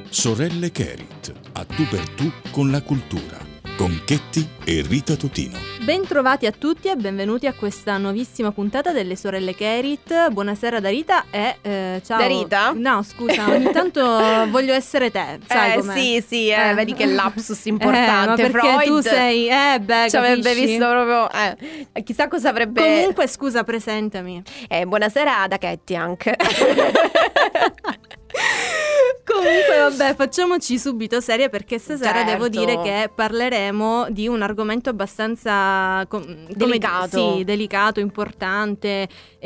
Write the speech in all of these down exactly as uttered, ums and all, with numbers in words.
Sorelle Kerit, a tu per tu con la cultura, con Chetti e Rita Tutino. Bentrovati a tutti e benvenuti a questa nuovissima puntata delle Sorelle Kerit. Buonasera da Rita e eh, ciao. Da Rita? No, scusa, ogni tanto voglio essere te, sai eh, com'è? Sì, sì, eh, Eh. vedi che lapsus importante. Eh, ma perché Freud tu sei, eh beh, ci avrebbe capisci? visto proprio, eh, chissà cosa avrebbe... Comunque, scusa, presentami. Eh, buonasera da Chetti anche. Comunque vabbè, facciamoci subito serie perché stasera Certo. devo dire che parleremo di un argomento abbastanza com- come- Delicato. sì, delicato, importante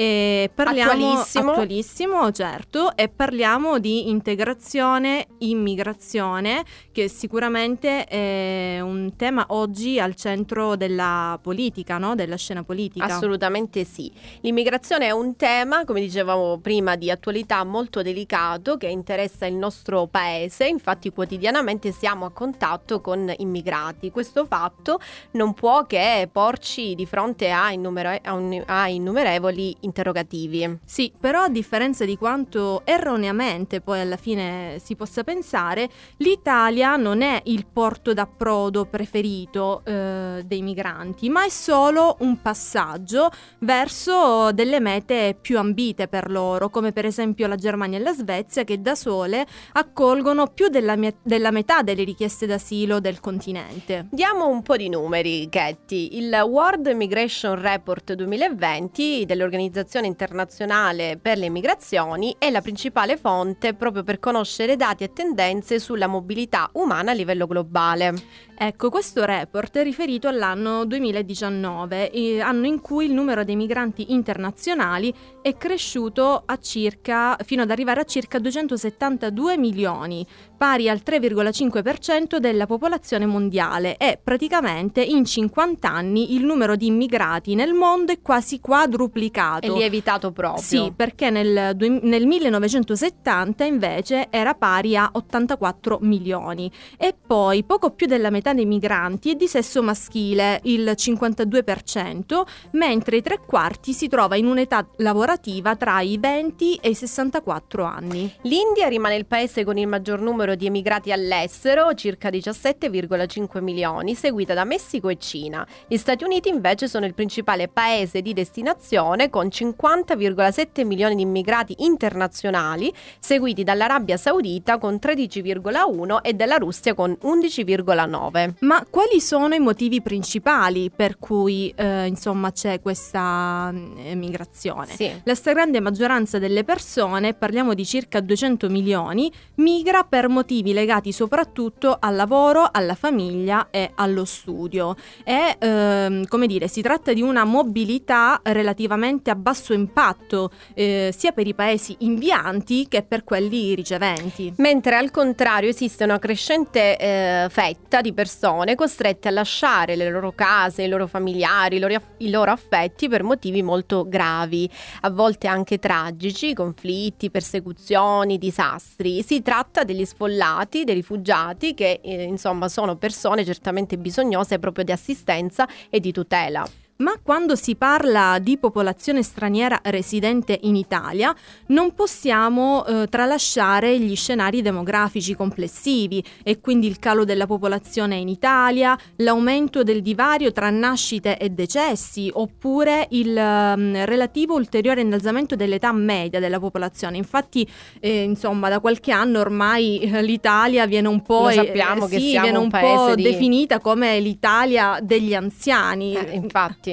e parliamo Attualissimo. attualissimo, certo, e parliamo di integrazione, immigrazione, che sicuramente è un tema oggi al centro della politica, no? Della scena politica. Assolutamente sì. L'immigrazione è un tema, come dicevamo prima, di attualità molto delicato che interessa il nostro paese. Infatti quotidianamente siamo a contatto con immigrati. Questo fatto non può che porci di fronte a, innumere- a, un- a innumerevoli interrogativi. Sì, però a differenza di quanto erroneamente poi alla fine si possa pensare, l'Italia non è il porto d'approdo preferito eh, dei migranti, ma è solo un passaggio verso delle mete più ambite per loro, come per esempio la Germania e la Svezia, che da sole accolgono più della, mie- della metà delle richieste d'asilo del continente. Diamo un po' di numeri, Chetti. Il World Migration Report duemilaventi dell'Organizzazione Internazionale per le Migrazioni è la principale fonte proprio per conoscere dati e tendenze sulla mobilità umana a livello globale. Ecco, questo report è riferito all'anno duemiladiciannove, eh, anno in cui il numero dei migranti internazionali è cresciuto a circa, fino ad arrivare a circa duecentosettantadue milioni, pari al tre virgola cinque per cento della popolazione mondiale, e praticamente in cinquanta anni il numero di immigrati nel mondo è quasi quadruplicato. E lievitato proprio. Sì, perché nel, due- nel millenovecentosettanta invece era pari a ottantaquattro milioni. E poi poco più della metà dei migranti è di sesso maschile, il cinquantadue per cento, mentre i tre quarti si trova in un'età lavorativa tra i venti e i sessantaquattro anni. L'India rimane il paese con il maggior numero di emigrati all'estero, circa diciassette virgola cinque milioni, seguita da Messico e Cina. Gli Stati Uniti invece sono il principale paese di destinazione con cinquanta virgola sette milioni di immigrati internazionali, seguiti dall'Arabia Saudita con tredici virgola uno e dalla Russia con undici virgola nove. Ma quali sono i motivi principali per cui eh, insomma c'è questa eh, migrazione? Sì. La stragrande maggioranza delle persone, parliamo di circa duecento milioni, migra per motivi legati soprattutto al lavoro, alla famiglia e allo studio. E ehm, come dire, si tratta di una mobilità relativamente a basso impatto, eh, sia per i paesi invianti che per quelli riceventi. Mentre al contrario esiste una crescente eh, fetta di persone costrette a lasciare le loro case, i loro familiari, i loro, aff- i loro affetti per motivi molto gravi, a volte anche tragici, conflitti, persecuzioni, disastri. Si tratta degli sfollati, dei rifugiati che eh, insomma sono persone certamente bisognose proprio di assistenza e di tutela. Ma quando si parla di popolazione straniera residente in Italia non possiamo eh, tralasciare gli scenari demografici complessivi, e quindi il calo della popolazione in Italia, l'aumento del divario tra nascite e decessi, oppure il um, relativo ulteriore innalzamento dell'età media della popolazione. Infatti eh, insomma da qualche anno ormai eh, l'Italia viene un po' Lo sappiamo eh, che sì, siamo viene un un paese po' di- definita come l'Italia degli anziani. Eh, infatti.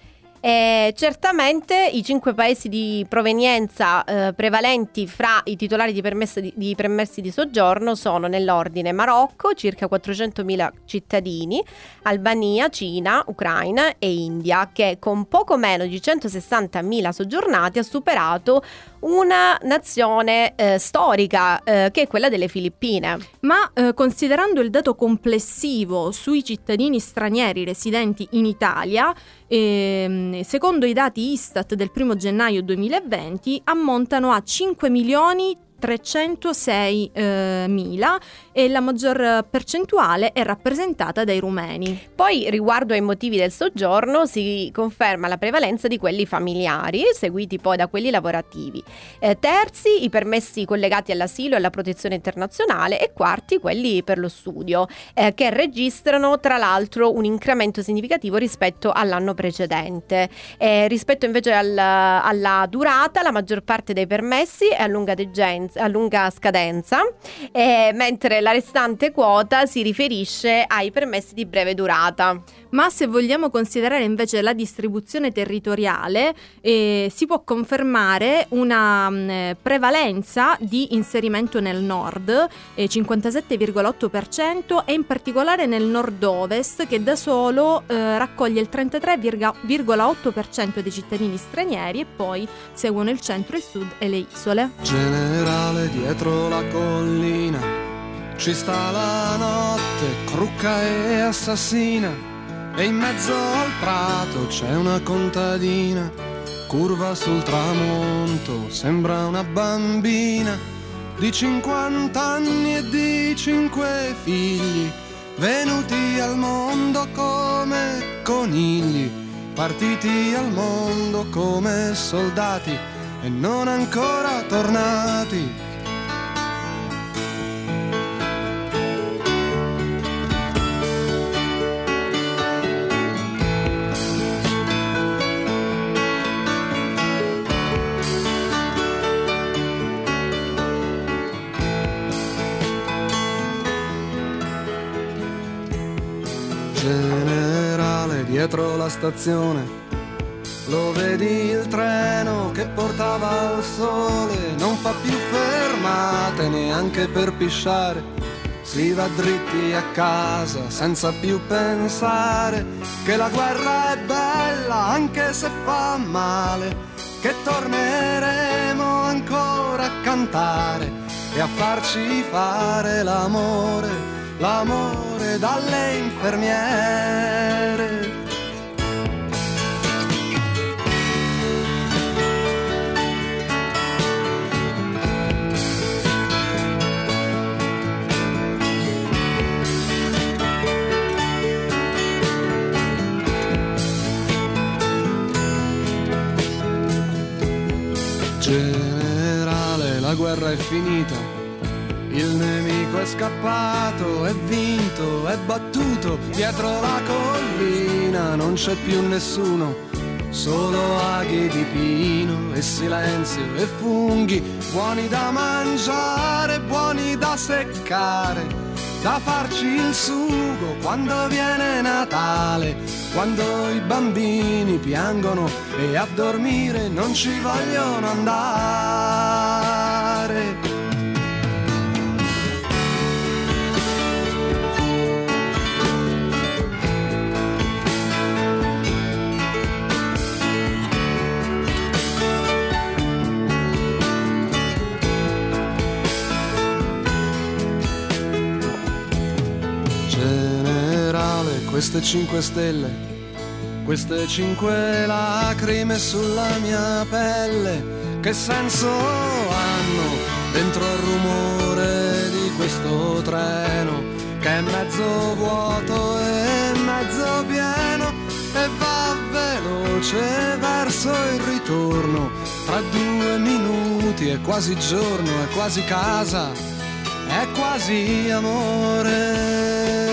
Eh, certamente i cinque paesi di provenienza eh, prevalenti fra i titolari di permessi di, di permessi di soggiorno sono nell'ordine Marocco, circa quattrocentomila cittadini, Albania, Cina, Ucraina e India, che con poco meno di centosessantamila soggiornati ha superato una nazione eh, storica eh, che è quella delle Filippine. Ma eh, considerando il dato complessivo sui cittadini stranieri residenti in Italia, ehm, secondo i dati Istat del primo gennaio duemilaventi ammontano a cinque milioni trecentosei mila e la maggior percentuale è rappresentata dai rumeni. Poi, riguardo ai motivi del soggiorno, si conferma la prevalenza di quelli familiari, seguiti poi da quelli lavorativi. Eh, terzi, i permessi collegati all'asilo e alla protezione internazionale, e quarti, quelli per lo studio, eh, che registrano tra l'altro un incremento significativo rispetto all'anno precedente. Eh, rispetto invece al, alla durata, la maggior parte dei permessi è a lunga, degenza, a lunga scadenza, eh, mentre la restante quota si riferisce ai permessi di breve durata. Ma se vogliamo considerare invece la distribuzione territoriale, eh, si può confermare una mh, prevalenza di inserimento nel nord, eh, cinquantasette virgola otto per cento, e in particolare nel nord-ovest, che da solo eh, raccoglie il trentatré virgola otto per cento dei cittadini stranieri, e poi seguono il centro, il sud e le isole. Generale, dietro la collina ci sta la notte, crucca e assassina, e in mezzo al prato c'è una contadina, curva sul tramonto, sembra una bambina di cinquanta anni e di cinque figli, venuti al mondo come conigli, partiti al mondo come soldati e non ancora tornati. Generale, dietro la stazione lo vedi il treno che portava al sole, non fa più fermate neanche per pisciare, si va dritti a casa senza più pensare che la guerra è bella anche se fa male, che torneremo ancora a cantare e a farci fare l'amore, l'amore dalle infermiere. Generale, la guerra è finita, il nemico è scappato, è vinto, è battuto, dietro la collina non c'è più nessuno, solo aghi di pino e silenzio e funghi, buoni da mangiare, buoni da seccare, da farci il sugo quando viene Natale, quando i bambini piangono e a dormire non ci vogliono andare. Queste cinque stelle, queste cinque lacrime sulla mia pelle, che senso hanno dentro il rumore di questo treno, che è mezzo vuoto e mezzo pieno, e va veloce verso il ritorno, tra due minuti è quasi giorno, è quasi casa, è quasi amore.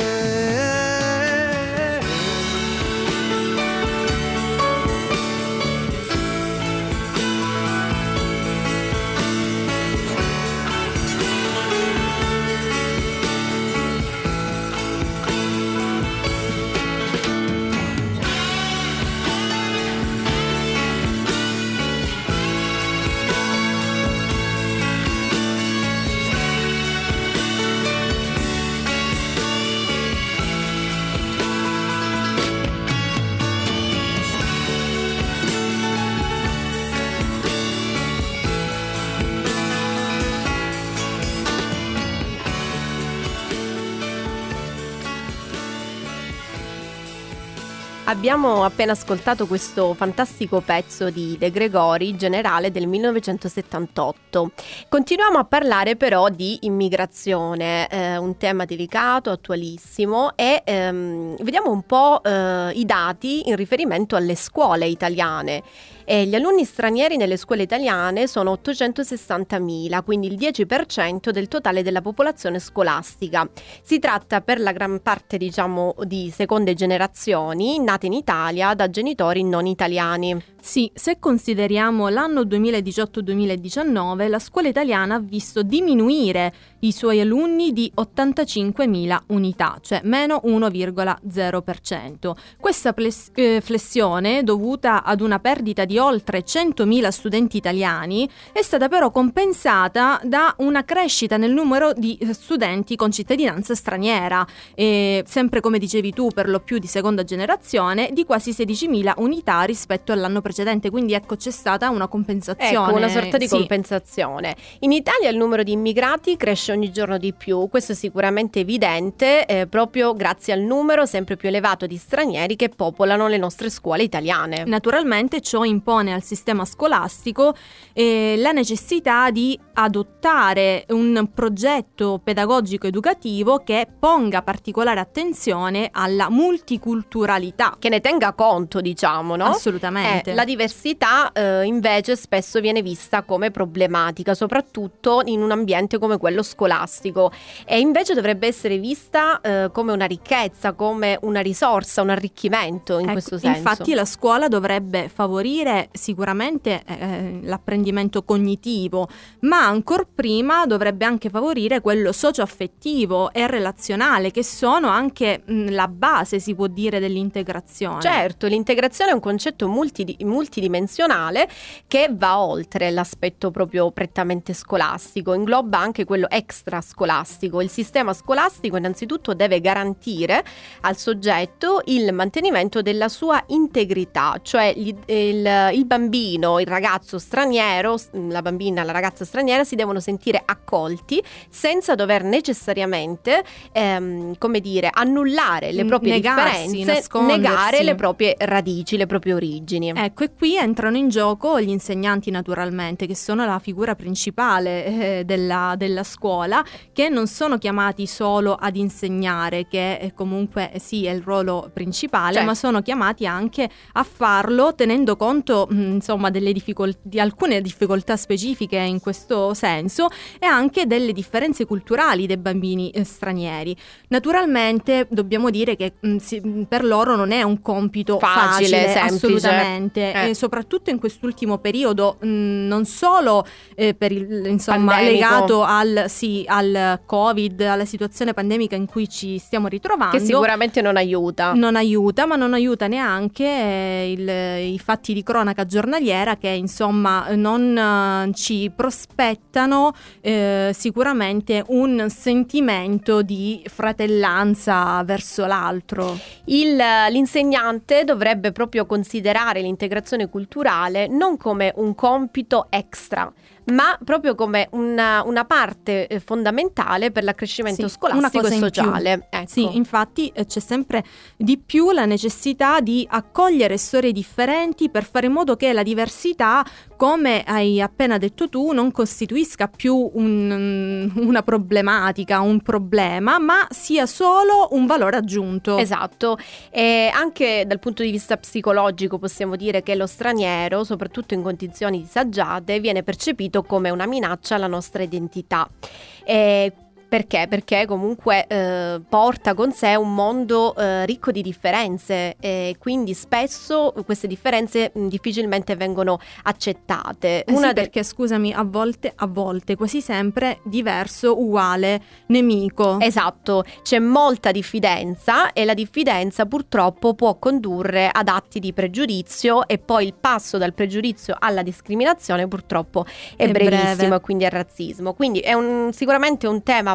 Abbiamo appena ascoltato questo fantastico pezzo di De Gregori, Generale del millenovecentosettantotto. Continuiamo a parlare però di immigrazione, eh, un tema delicato, attualissimo, e ehm, vediamo un po' eh, i dati in riferimento alle scuole italiane. E gli alunni stranieri nelle scuole italiane sono ottocentosessantamila, quindi il dieci per cento del totale della popolazione scolastica. Si tratta per la gran parte, diciamo, di seconde generazioni nate in Italia da genitori non italiani. Sì, se consideriamo l'anno duemiladiciotto duemiladiciannove, la scuola italiana ha visto diminuire i suoi alunni di ottantacinquemila unità, cioè meno uno virgola zero per cento. Questa ples- eh, flessione, dovuta ad una perdita di oltre centomila studenti italiani, è stata però compensata da una crescita nel numero di studenti con cittadinanza straniera, e sempre come dicevi tu, per lo più di seconda generazione, di quasi sedicimila unità rispetto all'anno precedente. Quindi ecco, c'è stata una compensazione. Ecco, una sorta di sì. compensazione. In Italia il numero di immigrati cresce ogni giorno di più, questo è sicuramente evidente, eh, proprio grazie al numero sempre più elevato di stranieri che popolano le nostre scuole italiane. Naturalmente ciò impone al sistema scolastico eh, la necessità di adottare un progetto pedagogico educativo che ponga particolare attenzione alla multiculturalità. Che ne tenga conto, diciamo, no? Assolutamente. Eh, la diversità eh, invece spesso viene vista come problematica, soprattutto in un ambiente come quello scolastico, e invece dovrebbe essere vista eh, come una ricchezza, come una risorsa, un arricchimento in ecco, questo senso. Infatti la scuola dovrebbe favorire sicuramente eh, l'apprendimento cognitivo, ma ancor prima dovrebbe anche favorire quello socio-affettivo e relazionale, che sono anche mh, la base, si può dire, dell'integrazione. Certo, l'integrazione è un concetto multidi- multidimensionale che va oltre l'aspetto proprio prettamente scolastico, ingloba anche quello extrascolastico. Il sistema scolastico innanzitutto deve garantire al soggetto il mantenimento della sua integrità, cioè gli, il, il bambino, il ragazzo straniero, la bambina, la ragazza straniera si devono sentire accolti senza dover necessariamente ehm, come dire, annullare le proprie Negarsi, differenze, negare le proprie radici, le proprie origini. Ecco, e qui entrano in gioco gli insegnanti, naturalmente, che sono la figura principale eh, della, della scuola, che non sono chiamati solo ad insegnare, che eh, comunque eh, sì è il ruolo principale, certo. ma sono chiamati anche a farlo tenendo conto mh, insomma delle difficol- di alcune difficoltà specifiche in questo senso, e anche delle differenze culturali dei bambini eh, stranieri. Naturalmente dobbiamo dire che mh, si, per loro non è un compito facile, facile, semplice. assolutamente, eh. e soprattutto in quest'ultimo periodo, mh, non solo eh, per il insomma Pandemico. legato al sì al Covid, alla situazione pandemica in cui ci stiamo ritrovando, Che sicuramente non aiuta. non aiuta, ma non aiuta neanche eh, il, i fatti di cronaca giornaliera che insomma non eh, ci prospettano eh, sicuramente un sentimento di fratellanza verso l'altro. Il, l'insegnante dovrebbe proprio considerare l'integrazione culturale non come un compito extra, ma proprio come una, una parte eh, fondamentale per l'accrescimento Sì, scolastico una cosa e in sociale. Ecco. Sì, infatti eh, c'è sempre di più la necessità di accogliere storie differenti per fare in modo che la diversità, come hai appena detto tu, non costituisca più un, una problematica, un problema, ma sia solo un valore aggiunto. Esatto, e anche dal punto di vista psicologico possiamo dire che lo straniero, soprattutto in condizioni disagiate, viene percepito come una minaccia alla nostra identità. E Perché? Perché comunque eh, porta con sé un mondo eh, ricco di differenze, e quindi spesso queste differenze mh, difficilmente vengono accettate. Eh Una sì, de- perché scusami, a volte, a volte, quasi sempre diverso, uguale, nemico. Esatto, c'è molta diffidenza, e la diffidenza purtroppo può condurre ad atti di pregiudizio, e poi il passo dal pregiudizio alla discriminazione purtroppo è, È brevissimo, breve. e quindi al razzismo. Quindi è un, sicuramente un tema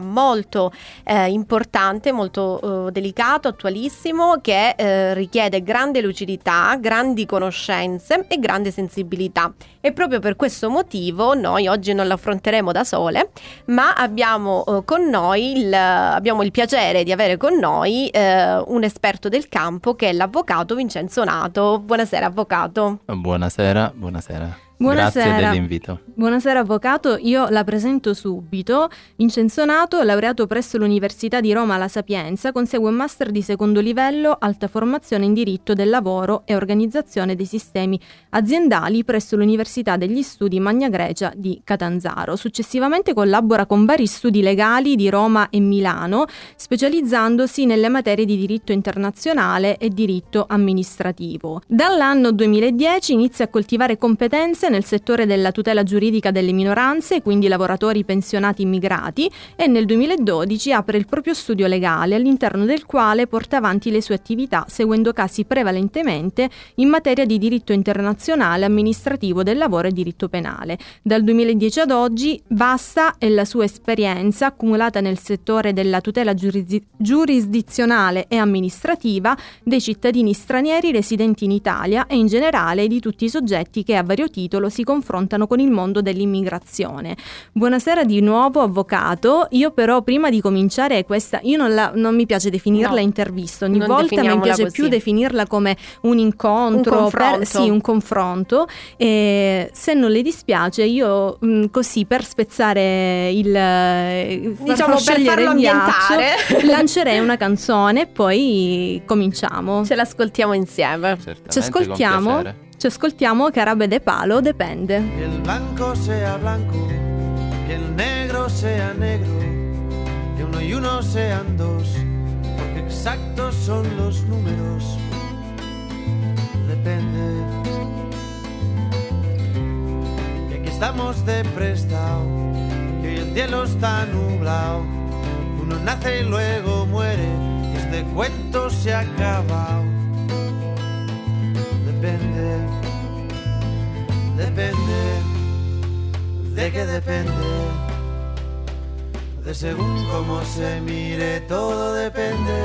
molto eh, importante, molto eh, delicato, attualissimo, che eh, richiede grande lucidità, grandi conoscenze e grande sensibilità. E proprio per questo motivo noi oggi non lo affronteremo da sole, ma abbiamo eh, con noi il, abbiamo il piacere di avere con noi eh, un esperto del campo, che è l'avvocato Vincenzo Nato. Buonasera avvocato. Buonasera, buonasera. Buonasera. Grazie dell'invito. Buonasera avvocato, io la presento subito. Vincenzo Nato, laureato presso l'Università di Roma La Sapienza, consegue un master di secondo livello, alta formazione in diritto del lavoro e organizzazione dei sistemi aziendali presso l'Università degli Studi Magna Grecia di Catanzaro. Successivamente collabora con vari studi legali di Roma e Milano, specializzandosi nelle materie di diritto internazionale e diritto amministrativo. Dall'anno duemiladieci inizia a coltivare competenze nel settore della tutela giuridica delle minoranze, quindi lavoratori pensionati immigrati, e nel duemiladodici apre il proprio studio legale, all'interno del quale porta avanti le sue attività seguendo casi prevalentemente in materia di diritto internazionale, amministrativo del lavoro e diritto penale. Dal duemiladieci ad oggi vasta è la sua esperienza accumulata nel settore della tutela giurisdi- giurisdizionale e amministrativa dei cittadini stranieri residenti in Italia e in generale di tutti i soggetti che a vario titolo si confrontano con il mondo dell'immigrazione. Buonasera di nuovo avvocato. Io però prima di cominciare questa, io non, la, non mi piace definirla no, intervista, ogni volta mi piace così. più definirla come un incontro, un confronto. Per, sì, un confronto. E se non le dispiace io mh, così per spezzare il diciamo per scegliere farlo il ghiaccio, ambientare lancerei una canzone e poi cominciamo. Ce l'ascoltiamo insieme. Certamente, Ci ascoltiamo. con piacere. Ci ascoltiamo Carabe de Palo, Depende. Que el blanco sea blanco, que el negro sea negro, que uno y uno sean dos, porque exactos son los números. Depende. Y aquí estamos de prestado, que hoy el cielo está nublado. Uno nace y luego muere, y este cuento se ha acabado. Depende, depende, de qué depende, de según cómo se mire todo depende,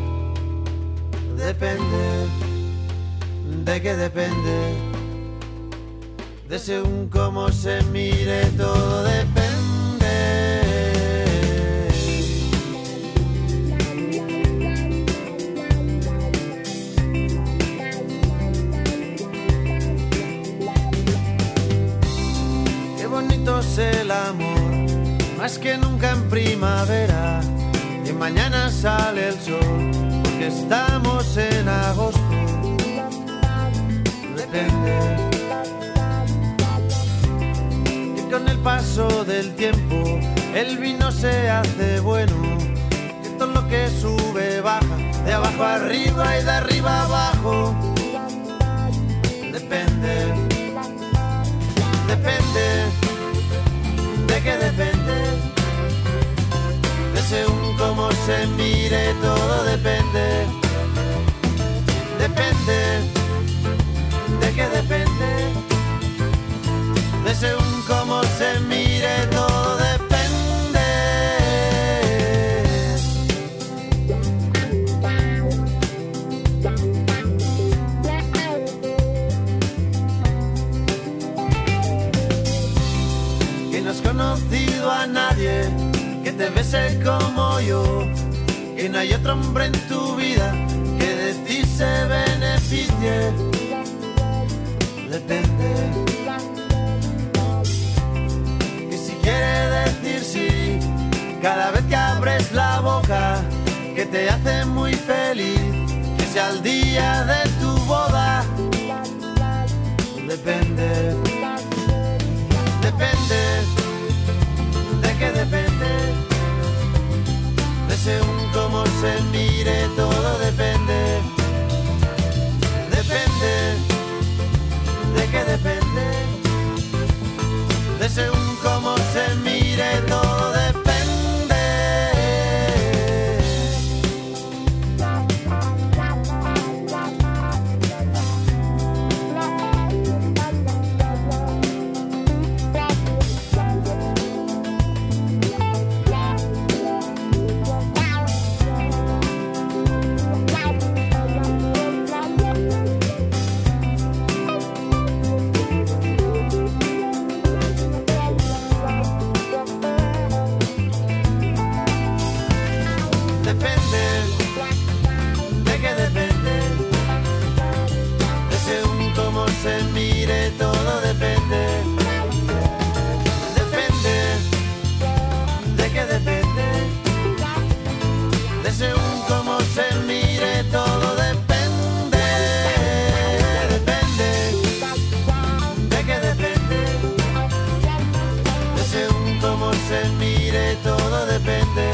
depende, de qué depende, de según cómo se mire todo depende. Es el amor, más que nunca en primavera, y mañana sale el sol, porque estamos en agosto. Depende, y con el paso del tiempo el vino se hace bueno, que todo lo que sube baja, de abajo arriba y de arriba abajo. Depende, depende, de qué depende, de según cómo se mire todo depende, depende, de qué depende, de según cómo se mire todo depende. Conocido a nadie que te bese como yo, que no hay otro hombre en tu vida que de ti se beneficie. Depende, que si quiere decir sí cada vez que abres la boca, que te hace muy feliz, que sea el día de tu boda. Depende, depende, de qué depende, de según cómo se mire todo depende, depende, de qué depende, de según cómo se mire todo depende. se mire todo depende.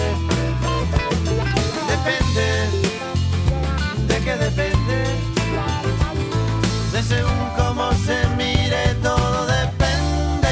Depende, ¿de qué depende? De según cómo se mire todo depende.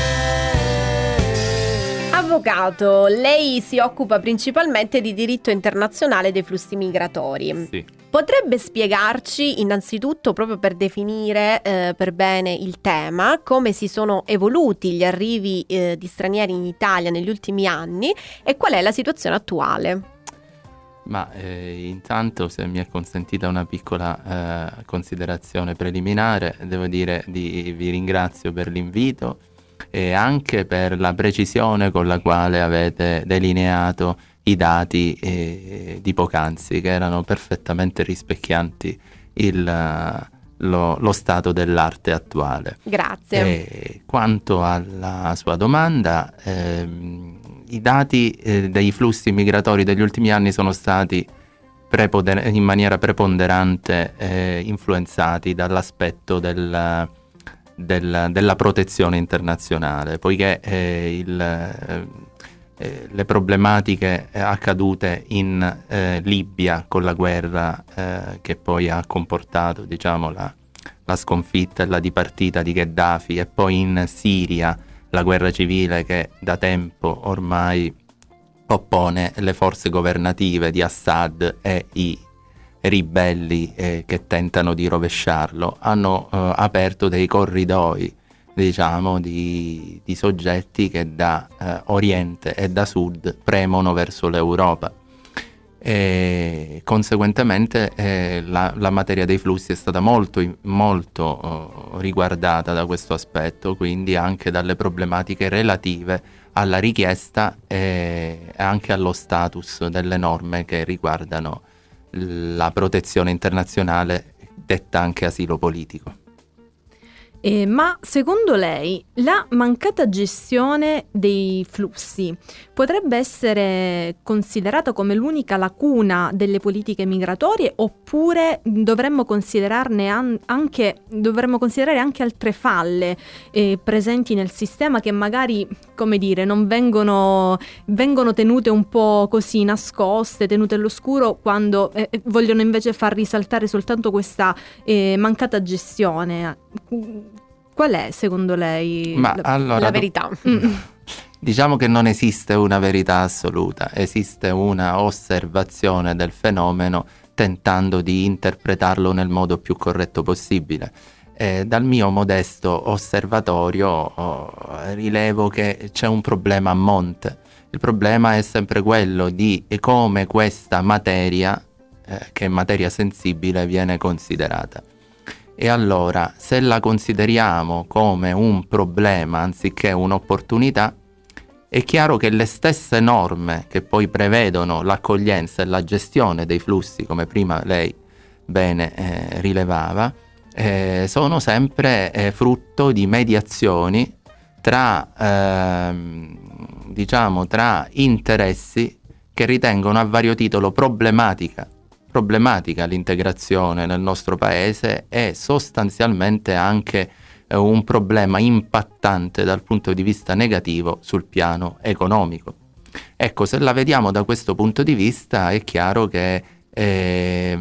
Avvocato, lei si occupa principalmente di diritto internazionale dei flussi migratori. Sì. Potrebbe spiegarci innanzitutto, proprio per definire eh, per bene il tema, come si sono evoluti gli arrivi eh, di stranieri in Italia negli ultimi anni e qual è la situazione attuale? Ma eh, intanto, se mi è consentita una piccola eh, considerazione preliminare, devo dire di vi ringrazio per l'invito e anche per la precisione con la quale avete delineato i dati eh, di poc'anzi, che erano perfettamente rispecchianti il, lo, lo stato dell'arte attuale. Grazie. E quanto alla sua domanda, ehm, i dati eh, dei flussi migratori degli ultimi anni sono stati prepoder- in maniera preponderante eh, influenzati dall'aspetto del, del, della protezione internazionale, poiché eh, il... Eh, le problematiche accadute in eh, Libia con la guerra eh, che poi ha comportato, diciamo, la, la sconfitta e la dipartita di Gheddafi, e poi in Siria la guerra civile che da tempo ormai oppone le forze governative di Assad e i ribelli eh, che tentano di rovesciarlo, hanno eh, aperto dei corridoi, diciamo, di, di soggetti che da eh, oriente e da sud premono verso l'Europa. E conseguentemente eh, la, la materia dei flussi è stata molto, molto oh, riguardata da questo aspetto, quindi anche dalle problematiche relative alla richiesta e anche allo status delle norme che riguardano la protezione internazionale, detta anche asilo politico. Eh, ma secondo lei la mancata gestione dei flussi potrebbe essere considerata come l'unica lacuna delle politiche migratorie, oppure dovremmo considerarne an- anche dovremmo considerare anche altre falle eh, presenti nel sistema che magari, come dire, non vengono vengono tenute un po' così nascoste, tenute all'oscuro, quando eh, vogliono invece far risaltare soltanto questa eh, mancata gestione? Qual è secondo lei Ma la, allora, la verità? Mm. Diciamo che non esiste una verità assoluta, esiste una osservazione del fenomeno tentando di interpretarlo nel modo più corretto possibile. Eh, dal mio modesto osservatorio oh, rilevo che c'è un problema a monte. Il problema è sempre quello di come questa materia, eh, che è materia sensibile, viene considerata. E allora, se la consideriamo come un problema anziché un'opportunità, è chiaro che le stesse norme che poi prevedono l'accoglienza e la gestione dei flussi, come prima lei bene eh, rilevava, eh, sono sempre eh, frutto di mediazioni tra, ehm, diciamo, tra interessi che ritengono a vario titolo problematica problematica l'integrazione nel nostro paese e sostanzialmente anche eh, un problema impattante dal punto di vista negativo sul piano economico. Ecco, se la vediamo da questo punto di vista è chiaro che eh,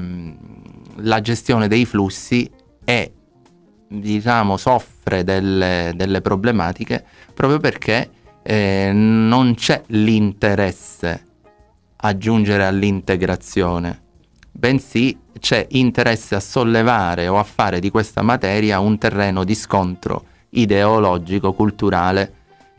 la gestione dei flussi è, diciamo, soffre delle, delle problematiche proprio perché eh, non c'è l'interesse a giungere all'integrazione, bensì c'è interesse a sollevare o a fare di questa materia un terreno di scontro ideologico, culturale,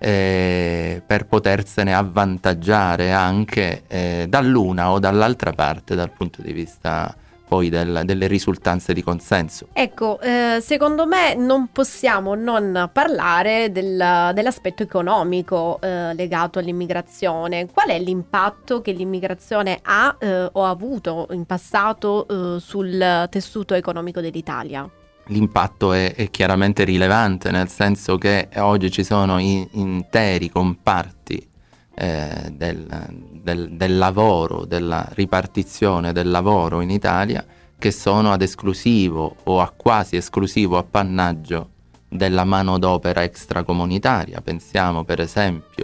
eh, per potersene avvantaggiare anche eh, dall'una o dall'altra parte dal punto di vista poi del, delle risultanze di consenso. Ecco, eh, secondo me non possiamo non parlare del, dell'aspetto economico eh, legato all'immigrazione. Qual è l'impatto che l'immigrazione ha eh, o ha avuto in passato eh, sul tessuto economico dell'Italia? L'impatto è, è chiaramente rilevante, nel senso che oggi ci sono in, interi comparti eh, del, del, del lavoro, della ripartizione del lavoro in Italia, che sono ad esclusivo o a quasi esclusivo appannaggio della manodopera extracomunitaria. Pensiamo per esempio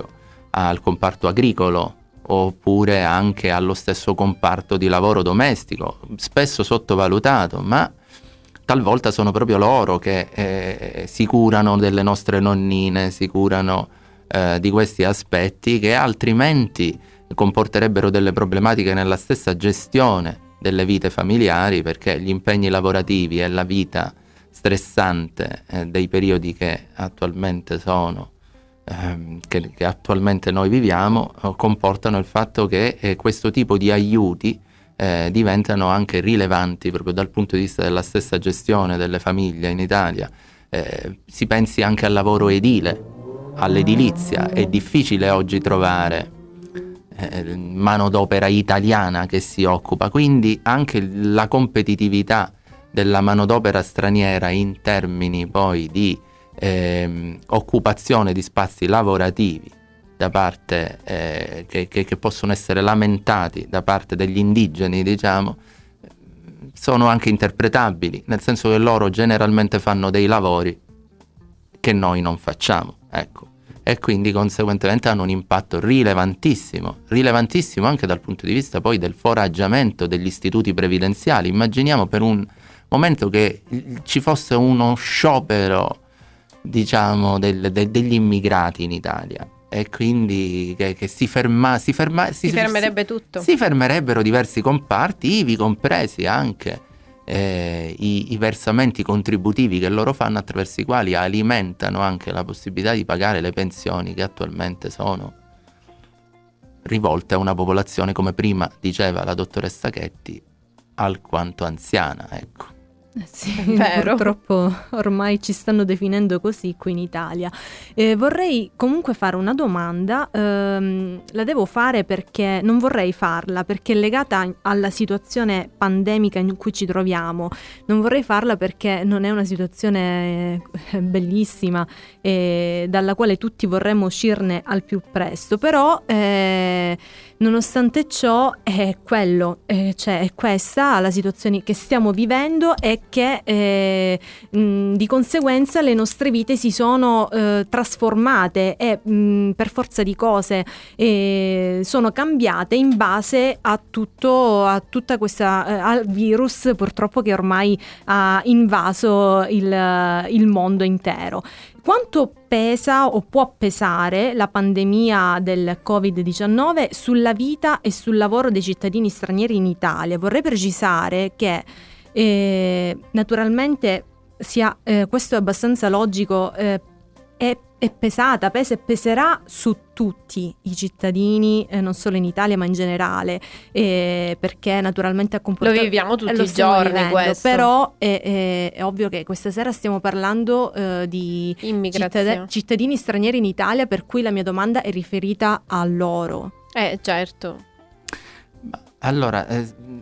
al comparto agricolo, oppure anche allo stesso comparto di lavoro domestico, spesso sottovalutato, ma talvolta sono proprio loro che eh, si curano delle nostre nonnine, si curano eh, di questi aspetti che altrimenti comporterebbero delle problematiche nella stessa gestione delle vite familiari, perché gli impegni lavorativi e la vita stressante eh, dei periodi che attualmente sono ehm, che, che attualmente noi viviamo eh, comportano il fatto che eh, questo tipo di aiuti Eh, diventano anche rilevanti proprio dal punto di vista della stessa gestione delle famiglie in Italia. Eh, si pensi anche al lavoro edile, all'edilizia. È difficile oggi trovare eh, manodopera italiana che si occupa, quindi anche la competitività della manodopera straniera in termini poi di eh, occupazione di spazi lavorativi da parte eh, che, che, che possono essere lamentati da parte degli indigeni, diciamo, sono anche interpretabili, nel senso che loro generalmente fanno dei lavori che noi non facciamo, ecco, e quindi conseguentemente hanno un impatto rilevantissimo, rilevantissimo anche dal punto di vista poi del foraggiamento degli istituti previdenziali. Immaginiamo per un momento che ci fosse uno sciopero, diciamo, del, de, degli immigrati in Italia, e quindi che, che si, ferma, si, ferma, si, si fermerebbe si, tutto. Si fermerebbero diversi comparti, ivi compresi anche eh, i, i versamenti contributivi che loro fanno, attraverso i quali alimentano anche la possibilità di pagare le pensioni che attualmente sono rivolte a una popolazione, come prima diceva la dottoressa Chetti, alquanto anziana, ecco. Eh sì, purtroppo ormai ci stanno definendo così qui in Italia. Eh, vorrei comunque fare una domanda, ehm, la devo fare perché non vorrei farla, perché è legata alla situazione pandemica in cui ci troviamo. Non vorrei farla perché non è una situazione eh, bellissima eh, dalla quale tutti vorremmo uscirne al più presto, però eh, nonostante ciò è quello, eh, cioè è questa la situazione che stiamo vivendo e che eh, mh, di conseguenza le nostre vite si sono eh, trasformate e mh, per forza di cose eh, sono cambiate in base a tutto, a tutta questa eh, al virus purtroppo che ormai ha invaso il, il mondo intero. Quanto pesa o può pesare la pandemia del covid diciannove sulla vita e sul lavoro dei cittadini stranieri in Italia? Vorrei precisare che eh, naturalmente sia, eh, questo è abbastanza logico, eh, è, è pesata, pesa e peserà su tutti i cittadini, eh, non solo in Italia ma in generale, eh, perché naturalmente ha comportato... Lo viviamo tutti lo i giorni vivendo, questo. però è, è, è ovvio che questa sera stiamo parlando eh, di cittad- cittadini stranieri in Italia, per cui la mia domanda è riferita a loro. Eh certo. Allora, eh,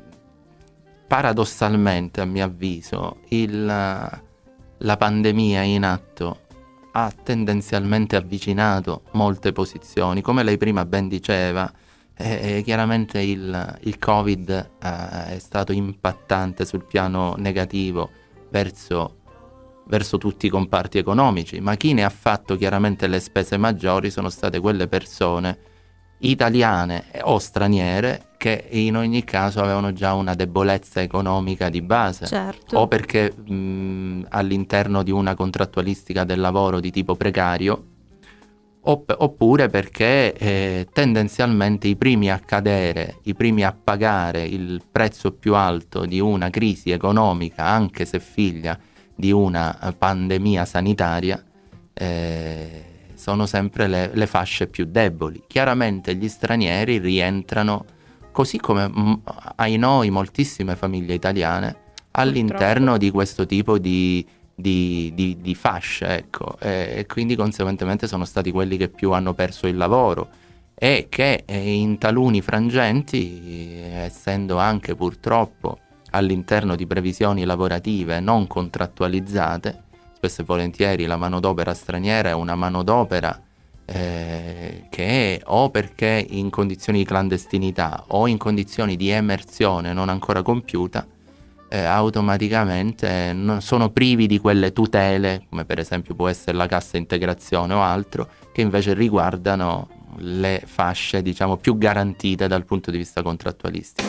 paradossalmente a mio avviso il, la pandemia in atto ha tendenzialmente avvicinato molte posizioni. Come lei prima ben diceva, eh, chiaramente il, il Covid eh, è stato impattante sul piano negativo verso, verso tutti i comparti economici, ma chi ne ha fatto chiaramente le spese maggiori sono state quelle persone italiane o straniere che in ogni caso avevano già una debolezza economica di base, certo. O perché mh, all'interno di una contrattualistica del lavoro di tipo precario, opp- oppure perché eh, tendenzialmente i primi a cadere, i primi a pagare il prezzo più alto di una crisi economica, anche se figlia di una pandemia sanitaria, eh, sono sempre le, le fasce più deboli. Chiaramente gli stranieri rientrano, così come m- ai noi moltissime famiglie italiane, all'interno Purtroppo. di questo tipo di, di, di, di fasce, ecco, e, e quindi conseguentemente sono stati quelli che più hanno perso il lavoro e che eh, in taluni frangenti, essendo anche purtroppo all'interno di previsioni lavorative non contrattualizzate, spesso e volentieri la manodopera straniera è una manodopera eh, che o perché in condizioni di clandestinità o in condizioni di emersione non ancora compiuta, eh, automaticamente non sono privi di quelle tutele, come per esempio può essere la cassa integrazione o altro, che invece riguardano le fasce, diciamo, più garantite dal punto di vista contrattualistico.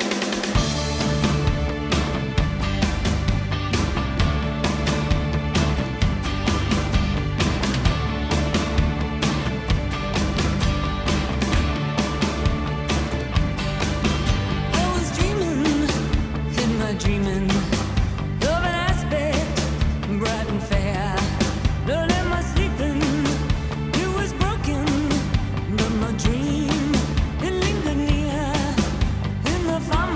Dream, it lingered near in the far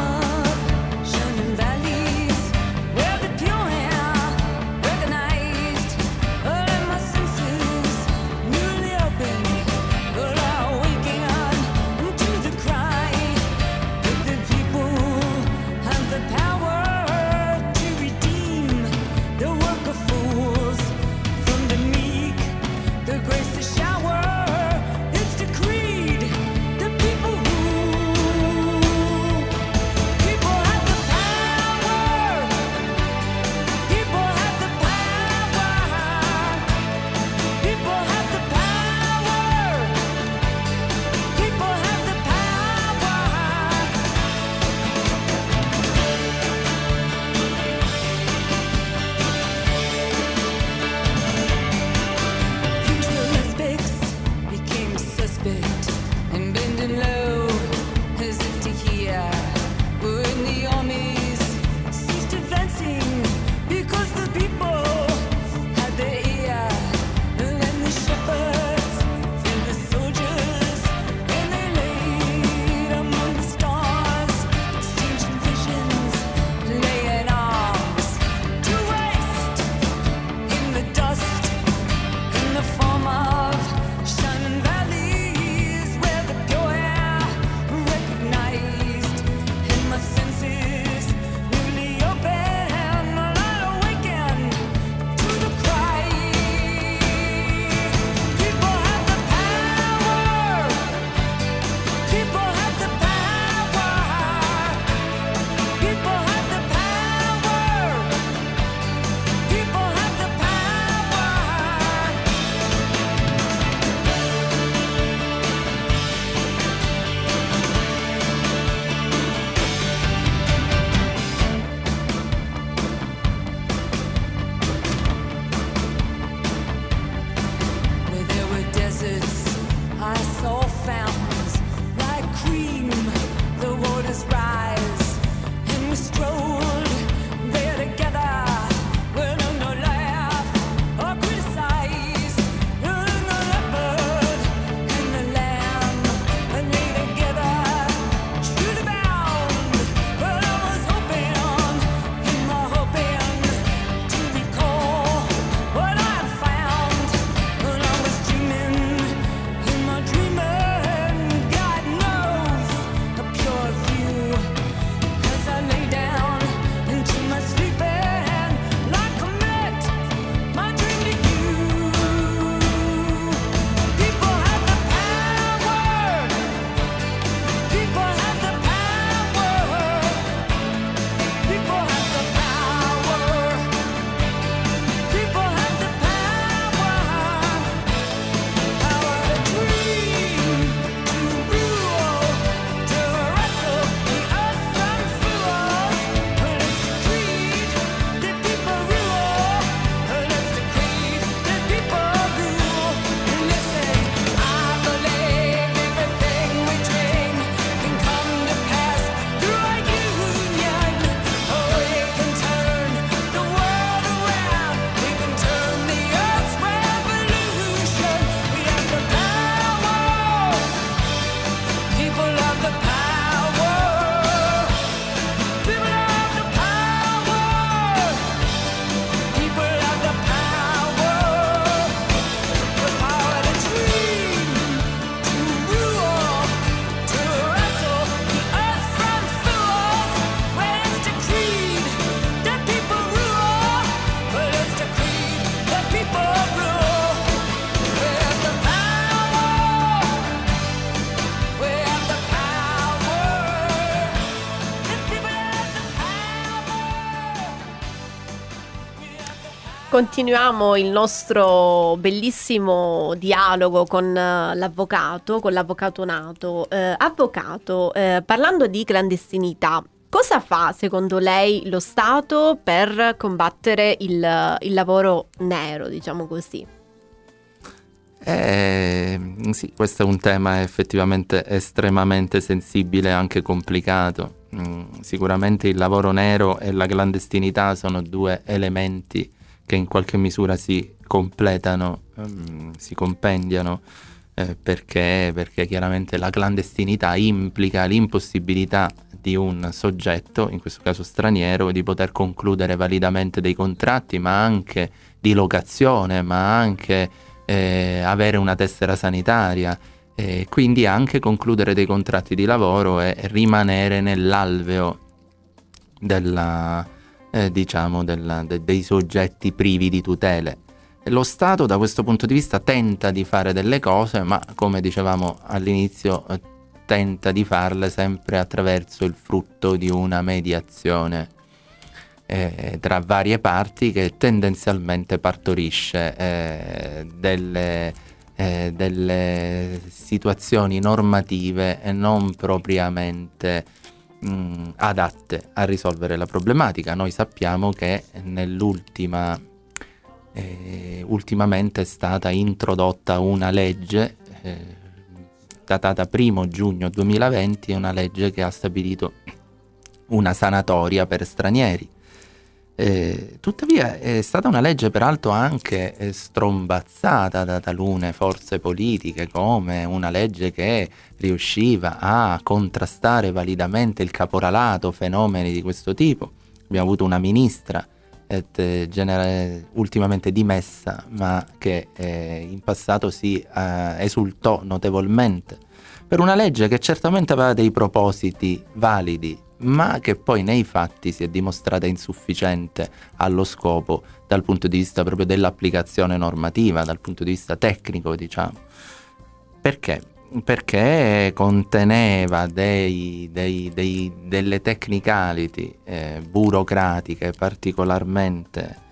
Continuiamo il nostro bellissimo dialogo con uh, l'avvocato, con l'avvocato Nato. Uh, avvocato, uh, parlando di clandestinità, cosa fa secondo lei lo Stato per combattere il, il lavoro nero, diciamo così? Eh, sì, questo è un tema effettivamente estremamente sensibile e anche complicato. Mm, sicuramente il lavoro nero e la clandestinità sono due elementi che in qualche misura si completano, um, si compendiano, eh, perché, perché chiaramente la clandestinità implica l'impossibilità di un soggetto, in questo caso straniero, di poter concludere validamente dei contratti, ma anche di locazione, ma anche eh, avere una tessera sanitaria, e quindi anche concludere dei contratti di lavoro e rimanere nell'alveo della... Eh, diciamo della, de, dei soggetti privi di tutele. E lo Stato da questo punto di vista tenta di fare delle cose, ma come dicevamo all'inizio eh, tenta di farle sempre attraverso il frutto di una mediazione eh, tra varie parti che tendenzialmente partorisce eh, delle, eh, delle situazioni normative e non propriamente Mh, adatte a risolvere la problematica. Noi sappiamo che nell'ultima eh, ultimamente è stata introdotta una legge eh, datata primo giugno duemilaventi, una legge che ha stabilito una sanatoria per stranieri. Eh, tuttavia è stata una legge peraltro anche eh, strombazzata da talune forze politiche come una legge che riusciva a contrastare validamente il caporalato, fenomeni di questo tipo. Abbiamo avuto una ministra et, eh, genera- ultimamente dimessa, ma che eh, in passato si eh, esultò notevolmente per una legge che certamente aveva dei propositi validi, ma che poi nei fatti si è dimostrata insufficiente allo scopo dal punto di vista proprio dell'applicazione normativa, dal punto di vista tecnico, diciamo. Perché? Perché conteneva dei, dei, dei, delle technicality eh, burocratiche particolarmente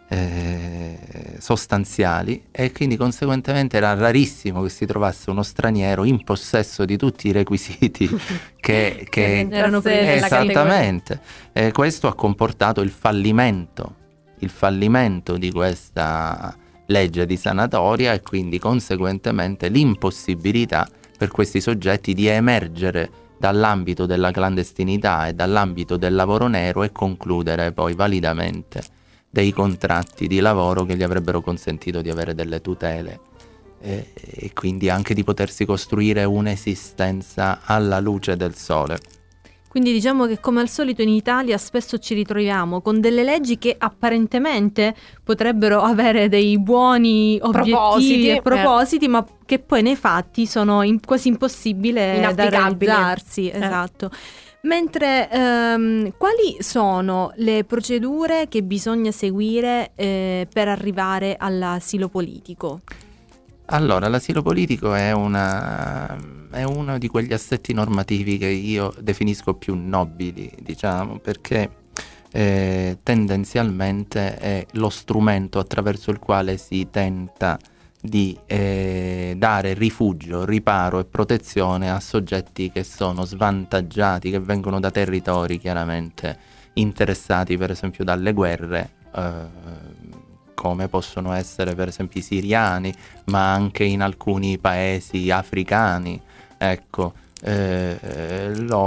eh, sostanziali, e quindi conseguentemente era rarissimo che si trovasse uno straniero in possesso di tutti i requisiti che, che erano esattamente. E questo ha comportato il fallimento, il fallimento di questa legge di sanatoria, e quindi conseguentemente l'impossibilità per questi soggetti di emergere dall'ambito della clandestinità e dall'ambito del lavoro nero e concludere poi validamente dei contratti di lavoro che gli avrebbero consentito di avere delle tutele e, e quindi anche di potersi costruire un'esistenza alla luce del sole. Quindi diciamo che come al solito in Italia spesso ci ritroviamo con delle leggi che apparentemente potrebbero avere dei buoni obiettivi Propositi, e propositi, eh. ma che poi nei fatti sono in, quasi impossibile da Inapplicabili. realizzarsi. Eh. Esatto. Mentre ehm, quali sono le procedure che bisogna seguire eh, per arrivare all'asilo politico? Allora, l'asilo politico è, una, è uno di quegli assetti normativi che io definisco più nobili, diciamo, perché eh, tendenzialmente è lo strumento attraverso il quale si tenta di eh, dare rifugio, riparo e protezione a soggetti che sono svantaggiati, che vengono da territori chiaramente interessati per esempio dalle guerre, eh, come possono essere per esempio i siriani, ma anche in alcuni paesi africani. Ecco, eh,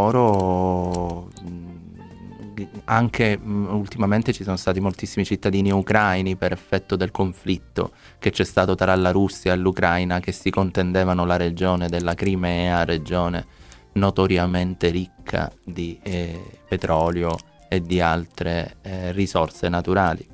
loro anche mh, ultimamente ci sono stati moltissimi cittadini ucraini per effetto del conflitto che c'è stato tra la Russia e l'Ucraina, che si contendevano la regione della Crimea, regione notoriamente ricca di eh, petrolio e di altre eh, risorse naturali.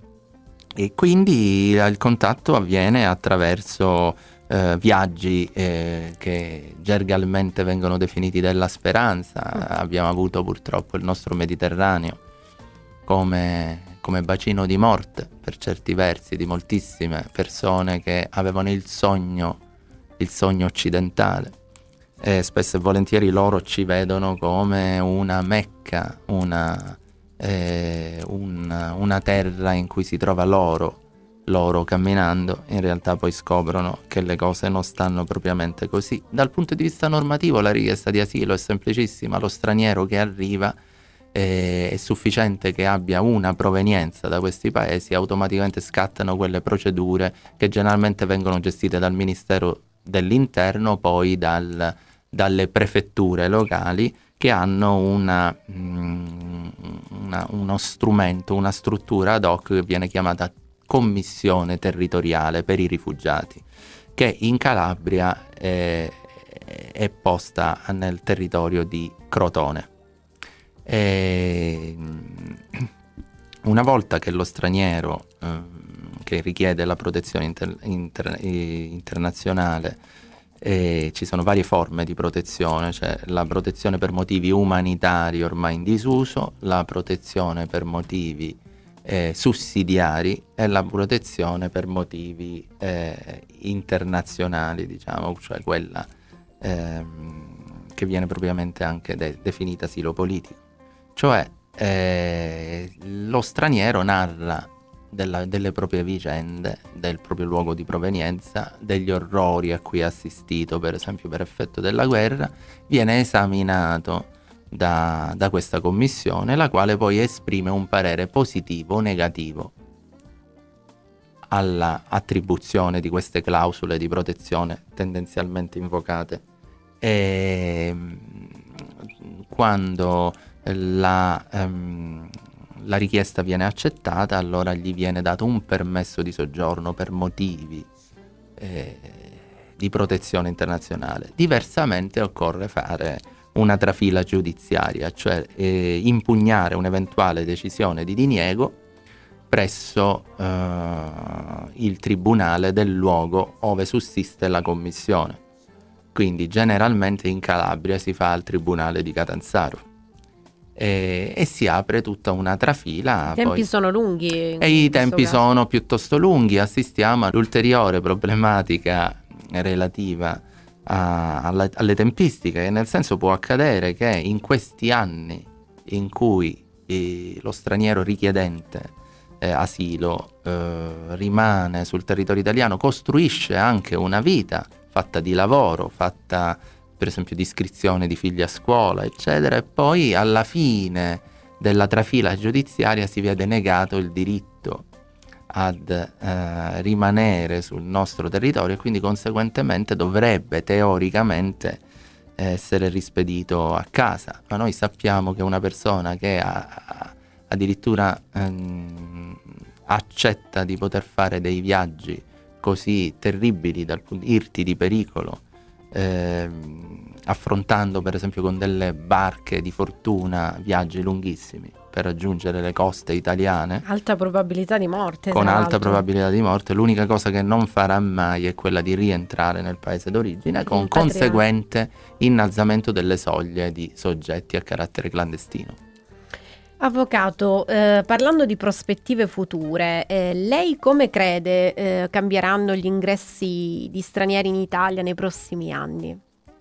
E quindi il contatto avviene attraverso eh, viaggi eh, che gergalmente vengono definiti della speranza. Mm. Abbiamo avuto purtroppo il nostro Mediterraneo come, come bacino di morte per certi versi di moltissime persone che avevano il sogno, il sogno occidentale. E spesso e volentieri loro ci vedono come una Mecca, una eh, un, una terra in cui si trova l'oro, loro camminando, in realtà poi scoprono che le cose non stanno propriamente così. Dal punto di vista normativo la richiesta di asilo è semplicissima: lo straniero che arriva eh, è sufficiente che abbia una provenienza da questi paesi, automaticamente scattano quelle procedure che generalmente vengono gestite dal Ministero dell'Interno, poi dal, dalle prefetture locali, che hanno una, una, uno strumento, una struttura ad hoc che viene chiamata Commissione territoriale per i rifugiati, che in Calabria è, è posta nel territorio di Crotone. E una volta che lo straniero eh, che richiede la protezione inter, inter, internazionale, eh, ci sono varie forme di protezione, cioè la protezione per motivi umanitari ormai in disuso, la protezione per motivi Eh, sussidiari e la protezione per motivi eh, internazionali, diciamo, cioè quella ehm, che viene propriamente anche de- definita asilo politico. Cioè eh, lo straniero narra della, delle proprie vicende, del proprio luogo di provenienza, degli orrori a cui ha assistito, per esempio per effetto della guerra, viene esaminato Da, da questa commissione, la quale poi esprime un parere positivo o negativo alla attribuzione di queste clausole di protezione tendenzialmente invocate. E quando la, ehm, la richiesta viene accettata, allora gli viene dato un permesso di soggiorno per motivi eh, di protezione internazionale. Diversamente occorre fare una trafila giudiziaria, cioè eh, impugnare un'eventuale decisione di diniego presso eh, il tribunale del luogo ove sussiste la commissione. Quindi generalmente in Calabria si fa al tribunale di Catanzaro e, e si apre tutta una trafila. I tempi poi, sono lunghi. E i tempi caso. sono piuttosto lunghi. Assistiamo all'ulteriore problematica relativa A, alla, alle tempistiche, nel senso può accadere che in questi anni in cui eh, lo straniero richiedente eh, asilo eh, rimane sul territorio italiano, costruisce anche una vita fatta di lavoro, fatta per esempio di iscrizione di figli a scuola, eccetera, e poi alla fine della trafila giudiziaria si vede negato il diritto ad eh, rimanere sul nostro territorio e quindi conseguentemente dovrebbe teoricamente essere rispedito a casa. Ma noi sappiamo che una persona che ha, ha, addirittura ehm, accetta di poter fare dei viaggi così terribili, dal punto irti di pericolo, ehm, affrontando per esempio con delle barche di fortuna viaggi lunghissimi per raggiungere le coste italiane, alta probabilità di morte, con alta l'altro. probabilità di morte, l'unica cosa che non farà mai è quella di rientrare nel paese d'origine, con Il conseguente innalzamento delle soglie di soggetti a carattere clandestino. Avvocato, eh, parlando di prospettive future, eh, lei come crede eh, cambieranno gli ingressi di stranieri in Italia nei prossimi anni?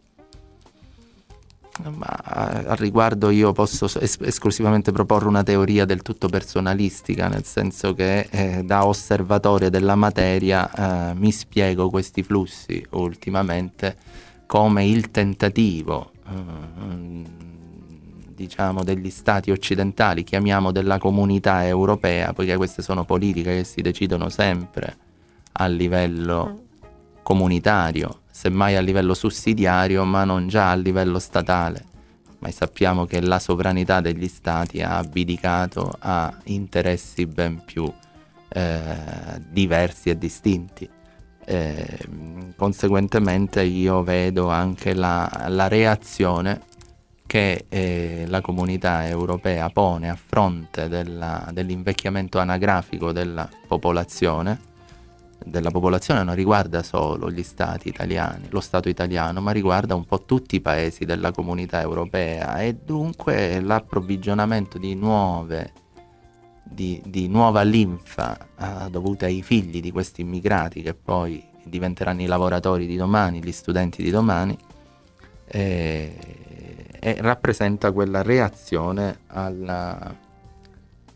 Ma al riguardo io posso es- esclusivamente proporre una teoria del tutto personalistica, nel senso che eh, da osservatore della materia eh, mi spiego questi flussi ultimamente come il tentativo eh, diciamo degli stati occidentali, chiamiamo della comunità europea, poiché queste sono politiche che si decidono sempre a livello comunitario, semmai a livello sussidiario, ma non già a livello statale. Ma sappiamo che la sovranità degli stati ha abdicato a interessi ben più eh, diversi e distinti. Eh, conseguentemente io vedo anche la, la reazione che eh, la comunità europea pone a fronte della, dell'invecchiamento anagrafico della popolazione. della popolazione non riguarda solo gli stati italiani, lo Stato italiano, ma riguarda un po' tutti i paesi della comunità europea, e dunque l'approvvigionamento di nuove di, di nuova linfa eh, dovuta ai figli di questi immigrati, che poi diventeranno i lavoratori di domani, gli studenti di domani, eh, e rappresenta quella reazione alla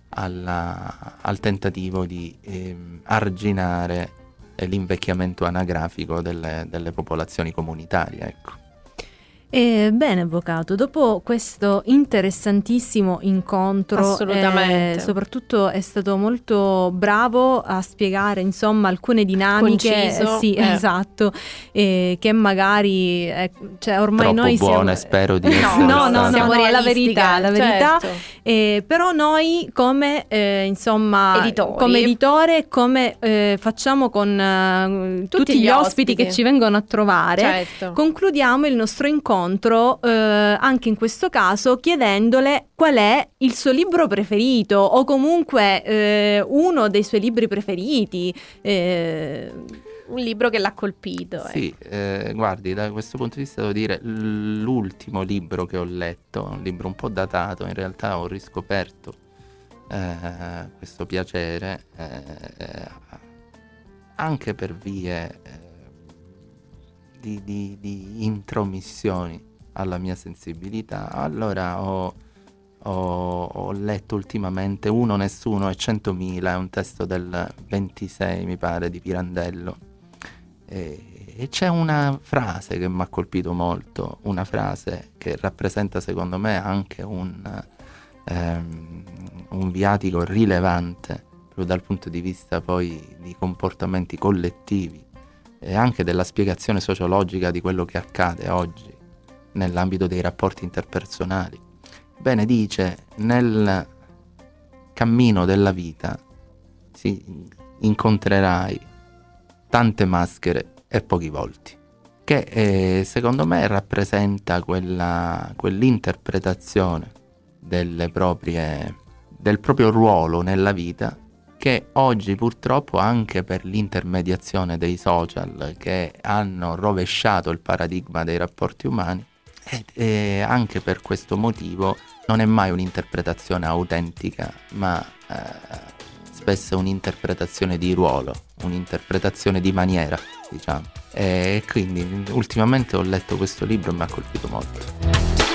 alla, al tentativo di eh, arginare l'invecchiamento anagrafico delle, delle popolazioni comunitarie, ecco. Eh, bene, avvocato, dopo questo interessantissimo incontro, Assolutamente. eh, soprattutto è stato molto bravo a spiegare, insomma, alcune dinamiche, Conciso, sì, eh. esatto, eh, che magari, eh, cioè ormai Troppo noi buone, siamo... spero di No, essere no, no, no, state. Siamo no, la realistiche, verità, la verità. certo. Eh, però noi come eh, insomma Editori. come editore, come eh, facciamo con eh, tutti, Tutti gli gli ospiti, ospiti. che ci vengono a trovare, Certo. concludiamo il nostro incontro eh, anche in questo caso chiedendole qual è il suo libro preferito o comunque eh, uno dei suoi libri preferiti. eh, Un libro che l'ha colpito. Sì, eh, guardi, da questo punto di vista devo dire, l- l'ultimo libro che ho letto, un libro un po' datato, in realtà ho riscoperto eh, questo piacere eh, anche per vie eh, di, di, di intromissioni alla mia sensibilità. Allora ho, ho, ho letto ultimamente Uno, Nessuno e Centomila, è un testo del ventisei, mi pare, di Pirandello. E, e c'è una frase che mi ha colpito molto, una frase che rappresenta secondo me anche un, ehm, un viatico rilevante proprio dal punto di vista poi di comportamenti collettivi e anche della spiegazione sociologica di quello che accade oggi nell'ambito dei rapporti interpersonali. Bene, dice: nel cammino della vita si incontrerai tante maschere e pochi volti, che eh, secondo me rappresenta quella, quell'interpretazione delle proprie, del proprio ruolo nella vita, che oggi purtroppo, anche per l'intermediazione dei social che hanno rovesciato il paradigma dei rapporti umani, e, e anche per questo motivo non è mai un'interpretazione autentica, ma eh, spesso un'interpretazione di ruolo, un'interpretazione di maniera, diciamo. E quindi ultimamente ho letto questo libro e mi ha colpito molto.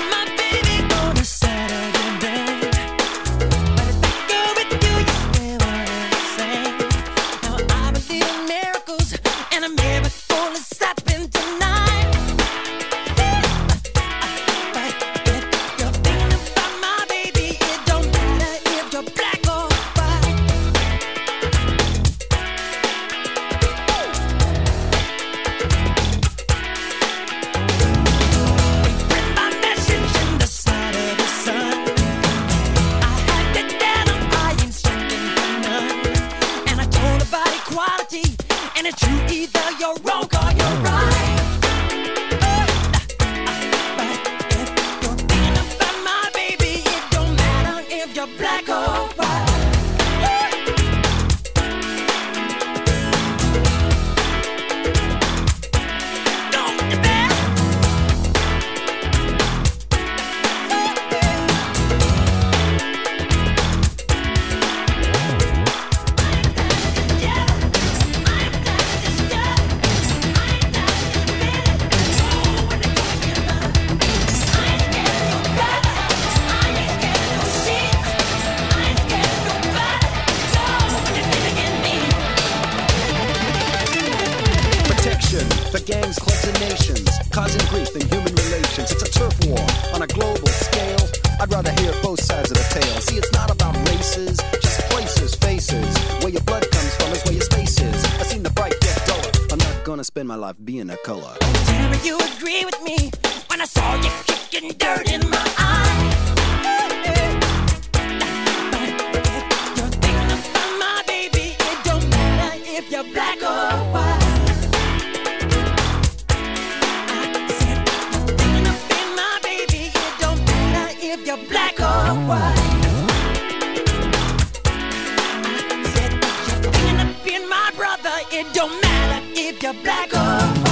Spend my life being a color. Tell me you agree with me when I saw you kicking dirt in my eye. You're thinking about my baby. It don't matter if you're black or white. I said you're thinking about my baby. It don't matter if you're black or white. I said you're thinking about my brother. It don't matter if you're black or white.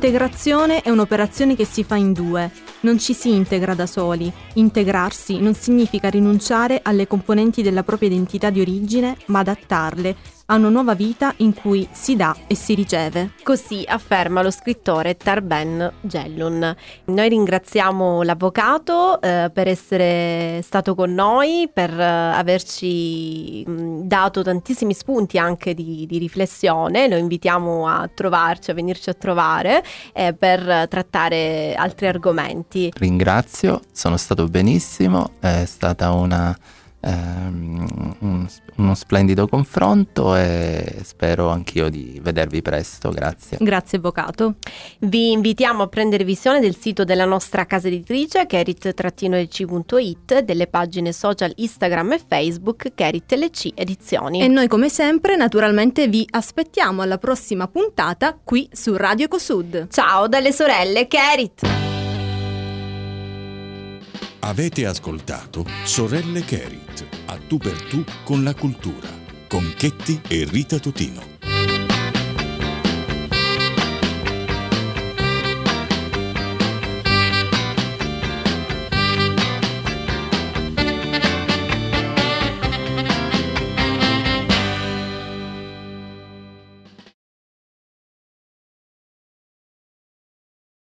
L'integrazione è un'operazione che si fa in due, non ci si integra da soli. Integrarsi non significa rinunciare alle componenti della propria identità di origine, ma adattarle a una nuova vita in cui si dà e si riceve. Così afferma lo scrittore Tarben Jellun. Noi ringraziamo l'avvocato eh, per essere stato con noi, per eh, averci mh, dato tantissimi spunti anche di, di riflessione. Lo invitiamo a trovarci, a venirci a trovare eh, per trattare altri argomenti. Ringrazio, sono stato benissimo, è stata una ehm, un, uno splendido confronto e spero anch'io di vedervi presto, grazie. Grazie avvocato. Vi invitiamo a prendere visione del sito della nostra casa editrice kerit e c punto it, delle pagine social Instagram e Facebook Kerit L C Edizioni. E noi come sempre naturalmente vi aspettiamo alla prossima puntata qui su Radio Ecosud. Ciao dalle sorelle Kerit. Avete ascoltato Sorelle Kerit, a tu per tu con la cultura, con Chetti e Rita Totino.